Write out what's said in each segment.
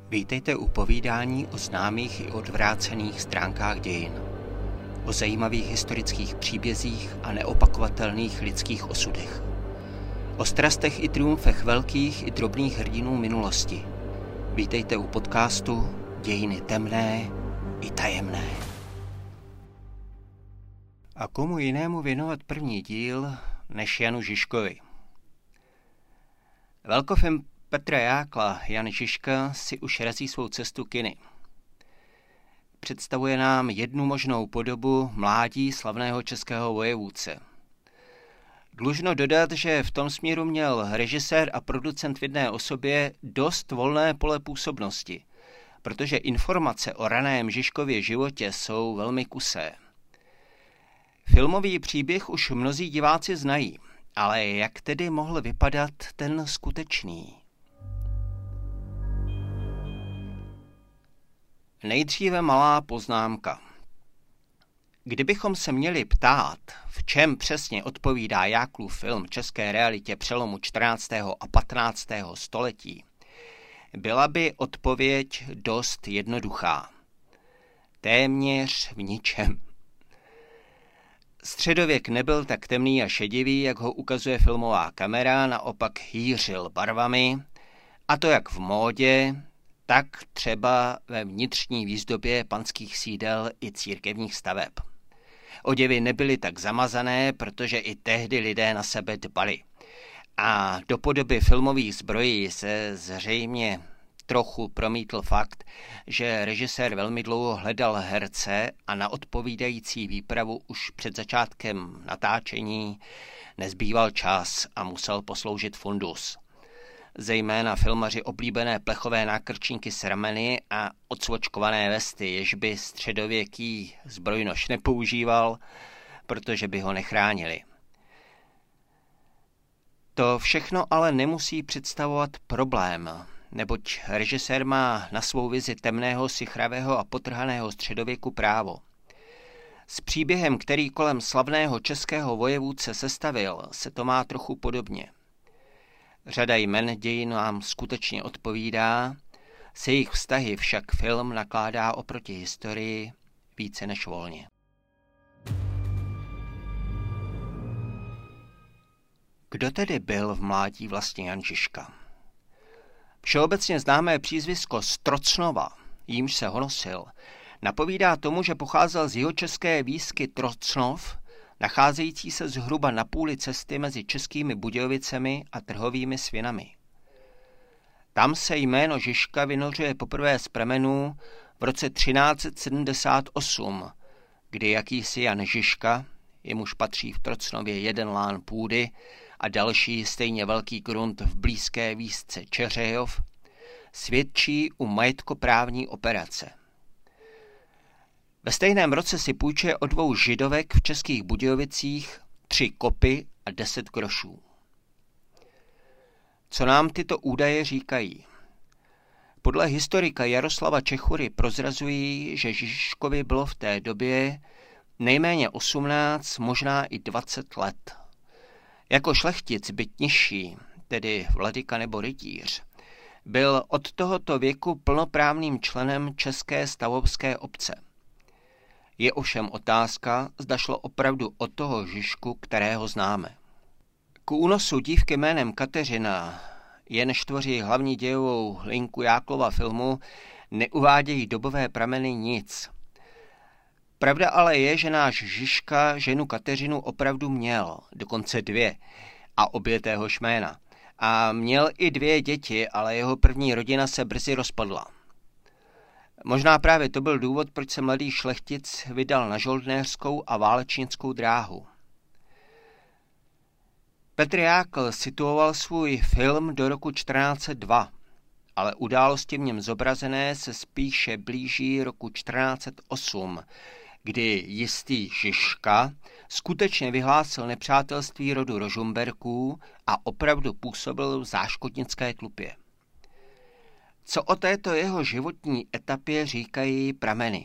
Vítejte u povídání o známých i odvrácených stránkách dějin. O zajímavých historických příbězích a neopakovatelných lidských osudech. O strastech i triumfech velkých i drobných hrdinů minulosti. Vítejte u podcastu Dějiny temné i tajemné. A komu jinému věnovat první díl než Janu Žižkovi? Velkofilm Petra Jákla Jan Žižka si už razí svou cestu kiny. Představuje nám jednu možnou podobu mládí slavného českého vojevůdce. Dlužno dodat, že v tom směru měl režisér a producent v jedné osobě dost volné pole působnosti, protože informace o raném Žižkově životě jsou velmi kusé. Filmový příběh už mnozí diváci znají, ale jak tedy mohl vypadat ten skutečný? Nejdříve malá poznámka. Kdybychom se měli ptát, v čem přesně odpovídá Jáklův film české realitě přelomu 14. a 15. století, byla by odpověď dost jednoduchá. Téměř v ničem. Středověk nebyl tak temný a šedivý, jak ho ukazuje filmová kamera, naopak hýřil barvami, a to jak v módě, tak třeba ve vnitřní výzdobě panských sídel i církevních staveb. Oděvy nebyly tak zamazané, protože i tehdy lidé na sebe dbali. A do podoby filmových zbrojí se zřejmě trochu promítl fakt, že režisér velmi dlouho hledal herce a na odpovídající výpravu už před začátkem natáčení nezbýval čas a musel posloužit fundus. Zejména filmaři oblíbené plechové nákrčníky s rameny a odsvočkované vesty, jež by středověký zbrojnož nepoužíval, protože by ho nechránili. To všechno ale nemusí představovat problém, neboť režisér má na svou vizi temného, sichravého a potrhaného středověku právo. S příběhem, který kolem slavného českého vojevůdce sestavil, se to má trochu podobně. Řada jmen dějin nám skutečně odpovídá, se jejich vztahy však film nakládá oproti historii více než volně. Kdo tedy byl v mládí vlastně Jan Žižka? Všeobecně známé přízvisko Strocnova, jímž se honosil, napovídá tomu, že pocházel z jihočeské výsky Trocnov, nacházející se zhruba na půli cesty mezi Českými Budějovicemi a Trhovými Svinami. Tam se jméno Žižka vynořuje poprvé z pramenů v roce 1378, kdy jakýsi Jan Žižka, jemuž patří v Trocnově jeden lán půdy a další stejně velký grunt v blízké výsce Čeřejov, svědčí u majetkoprávní operace. Ve stejném roce si půjčuje od 2 židovek v Českých Budějovicích 3 kopy a 10 grošů. Co nám tyto údaje říkají? Podle historika Jaroslava Čechury prozrazují, že Žižkovi bylo v té době nejméně 18, možná i 20 let. Jako šlechtic, byť nižší, tedy vladyka nebo rytíř, byl od tohoto věku plnoprávným členem České stavovské obce. Je ovšem otázka, zda šlo opravdu o toho Žižku, kterého známe. K únosu dívky jménem Kateřina, jenž tvoří hlavní dějovou linku Jáklova filmu, neuvádějí dobové prameny nic. Pravda ale je, že náš Žižka ženu Kateřinu opravdu měl, dokonce 2, a obě téhož jména. A měl i 2 děti, ale jeho první rodina se brzy rozpadla. Možná právě to byl důvod, proč se mladý šlechtic vydal na žoldnéřskou a válečnickou dráhu. Petr Jákl situoval svůj film do roku 1402, ale události v něm zobrazené se spíše blíží roku 1408, kdy jistý Žižka skutečně vyhlásil nepřátelství rodu Rožmberků a opravdu působil v záškodnické tlupě. Co o této jeho životní etapě říkají prameny?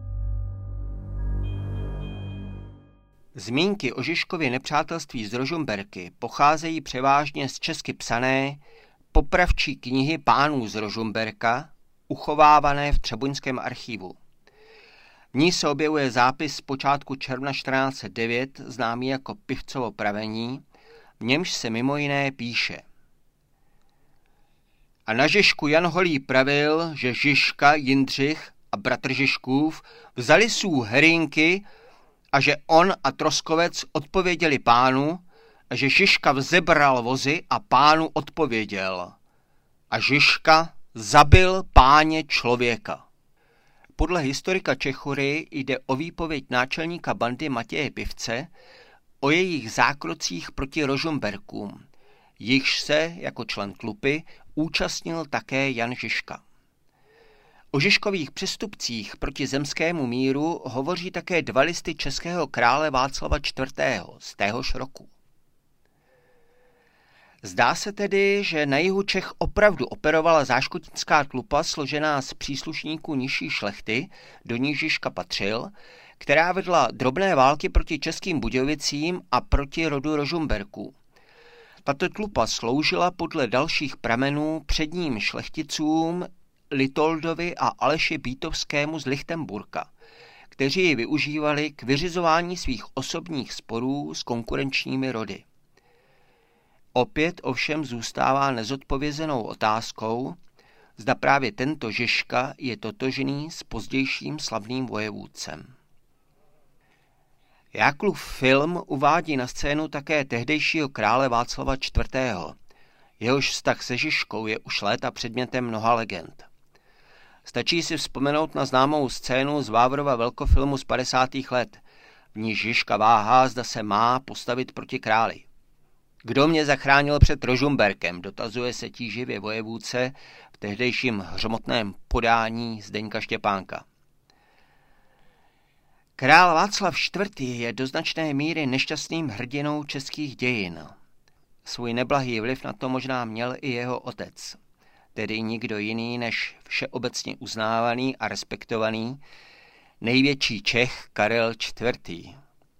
Zmínky o Žižkově nepřátelství z Rožmberky pocházejí převážně z česky psané Popravčí knihy pánů z Rožmberka uchovávané v Třeboňském archivu. V ní se objevuje zápis z počátku června 1409, známý jako Pivcovo pravení, v němž se mimo jiné píše: A na Žižku Jan Holý pravil, že Žižka, Jindřich a bratr Žižkův vzali sú herínky a že on a Troskovec odpověděli pánu a že Žižka vzebral vozy a pánu odpověděl. A Žižka zabil páně člověka. Podle historika Čechury jde o výpověď náčelníka bandy Matěje Pivce o jejich zákrocích proti Rožmberkům, jichž se jako člen tlupy účastnil také Jan Žižka. O Žižkových přestupcích proti zemskému míru hovoří také 2 listy českého krále Václava IV. Z téhož roku. Zdá se tedy, že na jihu Čech opravdu operovala záškotická tlupa složená z příslušníků nižší šlechty, do níž Žižka patřil, která vedla drobné války proti českým Budějovicím a proti rodu Rožmberků. Tato tlupa sloužila podle dalších pramenů předním šlechticům Litoldovi a Aleši Bítovskému z Lichtenburka, kteří ji využívali k vyřizování svých osobních sporů s konkurenčními rody. Opět ovšem zůstává nezodpovězenou otázkou, zda právě tento Žižka je totožný s pozdějším slavným vojevůdcem. Jáklův film uvádí na scénu také tehdejšího krále Václava IV. Jehož vztah se Žižkou je už léta předmětem mnoha legend. Stačí si vzpomenout na známou scénu z Vávrova velkofilmu z 50. let, v níž Žižka váhá, zda se má postavit proti králi. Kdo mě zachránil před Rožmberkem, dotazuje se tíživě vojevůdce v tehdejším hřmotném podání Zdeňka Štěpánka. Král Václav IV. Je do značné míry nešťastným hrdinou českých dějin. Svůj neblahý vliv na to možná měl i jeho otec, tedy nikdo jiný než všeobecně uznávaný a respektovaný největší Čech Karel IV.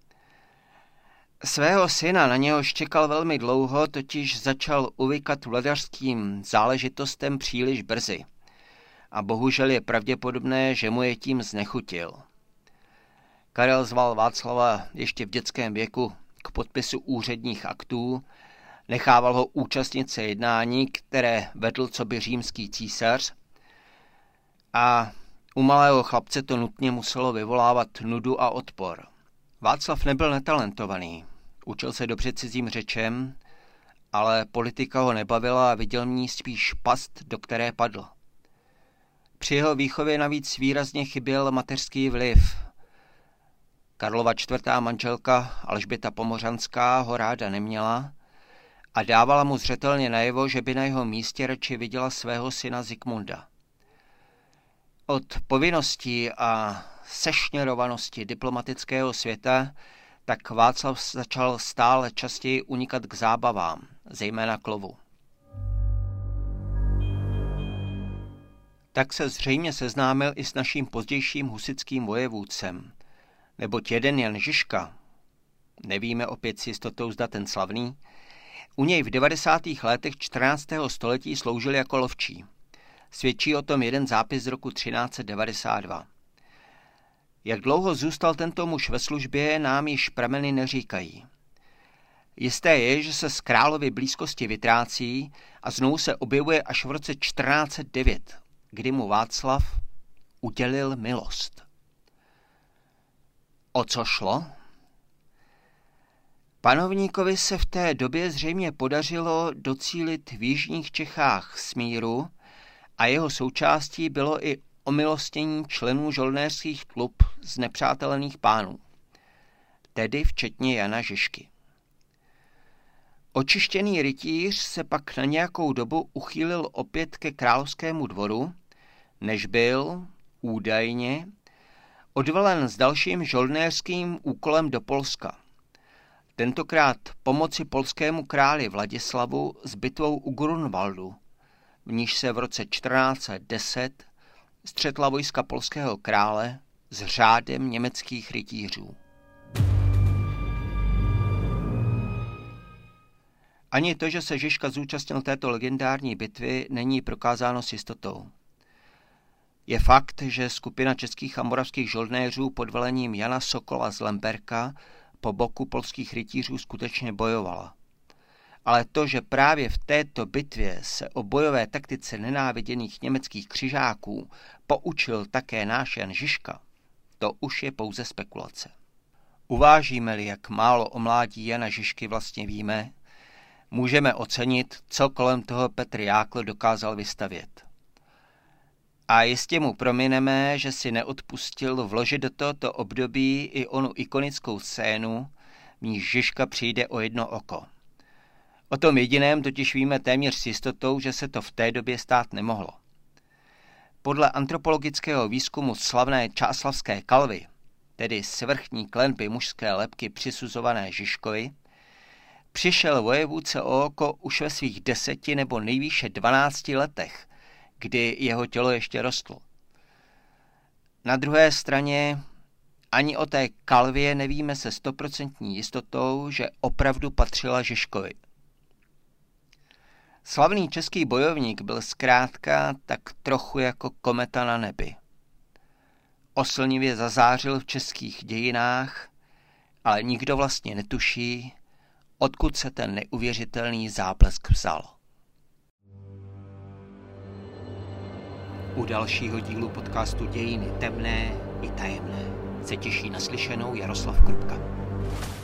Svého syna, na něhož čekal velmi dlouho, totiž začal uvykat vladařským záležitostem příliš brzy. A bohužel je pravděpodobné, že mu je tím znechutil. Karel zval Václava ještě v dětském věku k podpisu úředních aktů, nechával ho účastnit se jednání, které vedl coby římský císař, a u malého chlapce to nutně muselo vyvolávat nudu a odpor. Václav nebyl netalentovaný, učil se dobře cizím řečem, ale politika ho nebavila a viděl v ní spíš past, do které padl. Při jeho výchově navíc výrazně chyběl mateřský vliv. Karlova čtvrtá manželka Alžběta Pomořanská ho ráda neměla a dávala mu zřetelně najevo, že by na jeho místě radši viděla svého syna Zikmunda. Od povinností a sešněrovanosti diplomatického světa tak Václav začal stále častěji unikat k zábavám, zejména k lovu. Tak se zřejmě seznámil i s naším pozdějším husitským vojevůdcem, neboť jeden Jan Žižka, nevíme opět s jistotou zda ten slavný, u něj v 90. letech 14. století sloužil jako lovčí. Svědčí o tom jeden zápis z roku 1392. Jak dlouho zůstal tento muž ve službě, nám již prameny neříkají. Jisté je, že se z královy blízkosti vytrácí a znovu se objevuje až v roce 1409, kdy mu Václav udělil milost. O co šlo? Panovníkovi se v té době zřejmě podařilo docílit v jižních Čechách smíru a jeho součástí bylo i omilostnění členů žoldnéřských tlup z nepřátelených pánů, tedy včetně Jana Žižky. Očištěný rytíř se pak na nějakou dobu uchýlil opět ke královskému dvoru, než byl, údajně, odvelen s dalším žoldnéřským úkolem do Polska. Tentokrát pomoci polskému králi Vladislavu s bitvou u Grunwaldu, v níž se v roce 1410 střetla vojska polského krále s řádem německých rytířů. Ani to, že se Žižka zúčastnil této legendární bitvy, není prokázáno s jistotou. Je fakt, že skupina českých a moravských žoldnéřů pod velením Jana Sokola z Lemberka po boku polských rytířů skutečně bojovala. Ale to, že právě v této bitvě se o bojové taktice nenáviděných německých křižáků poučil také náš Jan Žižka, to už je pouze spekulace. Uvážíme-li, jak málo o mládí Jana Žižky vlastně víme, můžeme ocenit, co kolem toho Petr Jákl dokázal vystavět. A jistě mu promineme, že si neodpustil vložit do tohoto období i onu ikonickou scénu, v níž Žižka přijde o jedno oko. O tom jediném totiž víme téměř s jistotou, že se to v té době stát nemohlo. Podle antropologického výzkumu slavné čáslavské kalvy, tedy svrchní klenby mužské lebky přisuzované Žižkovi, přišel vojevůdce o oko už ve svých 10 nebo nejvýše 12 letech, kdy jeho tělo ještě rostlo. Na druhé straně ani o té kalvě nevíme se 100% jistotou, že opravdu patřila Žižkovi. Slavný český bojovník byl zkrátka tak trochu jako kometa na nebi. Oslnivě zazářil v českých dějinách, ale nikdo vlastně netuší, odkud se ten neuvěřitelný záblesk vzal. U dalšího dílu podcastu Dějiny temné i tajemné se těší na slyšenou Jaroslav Krupka.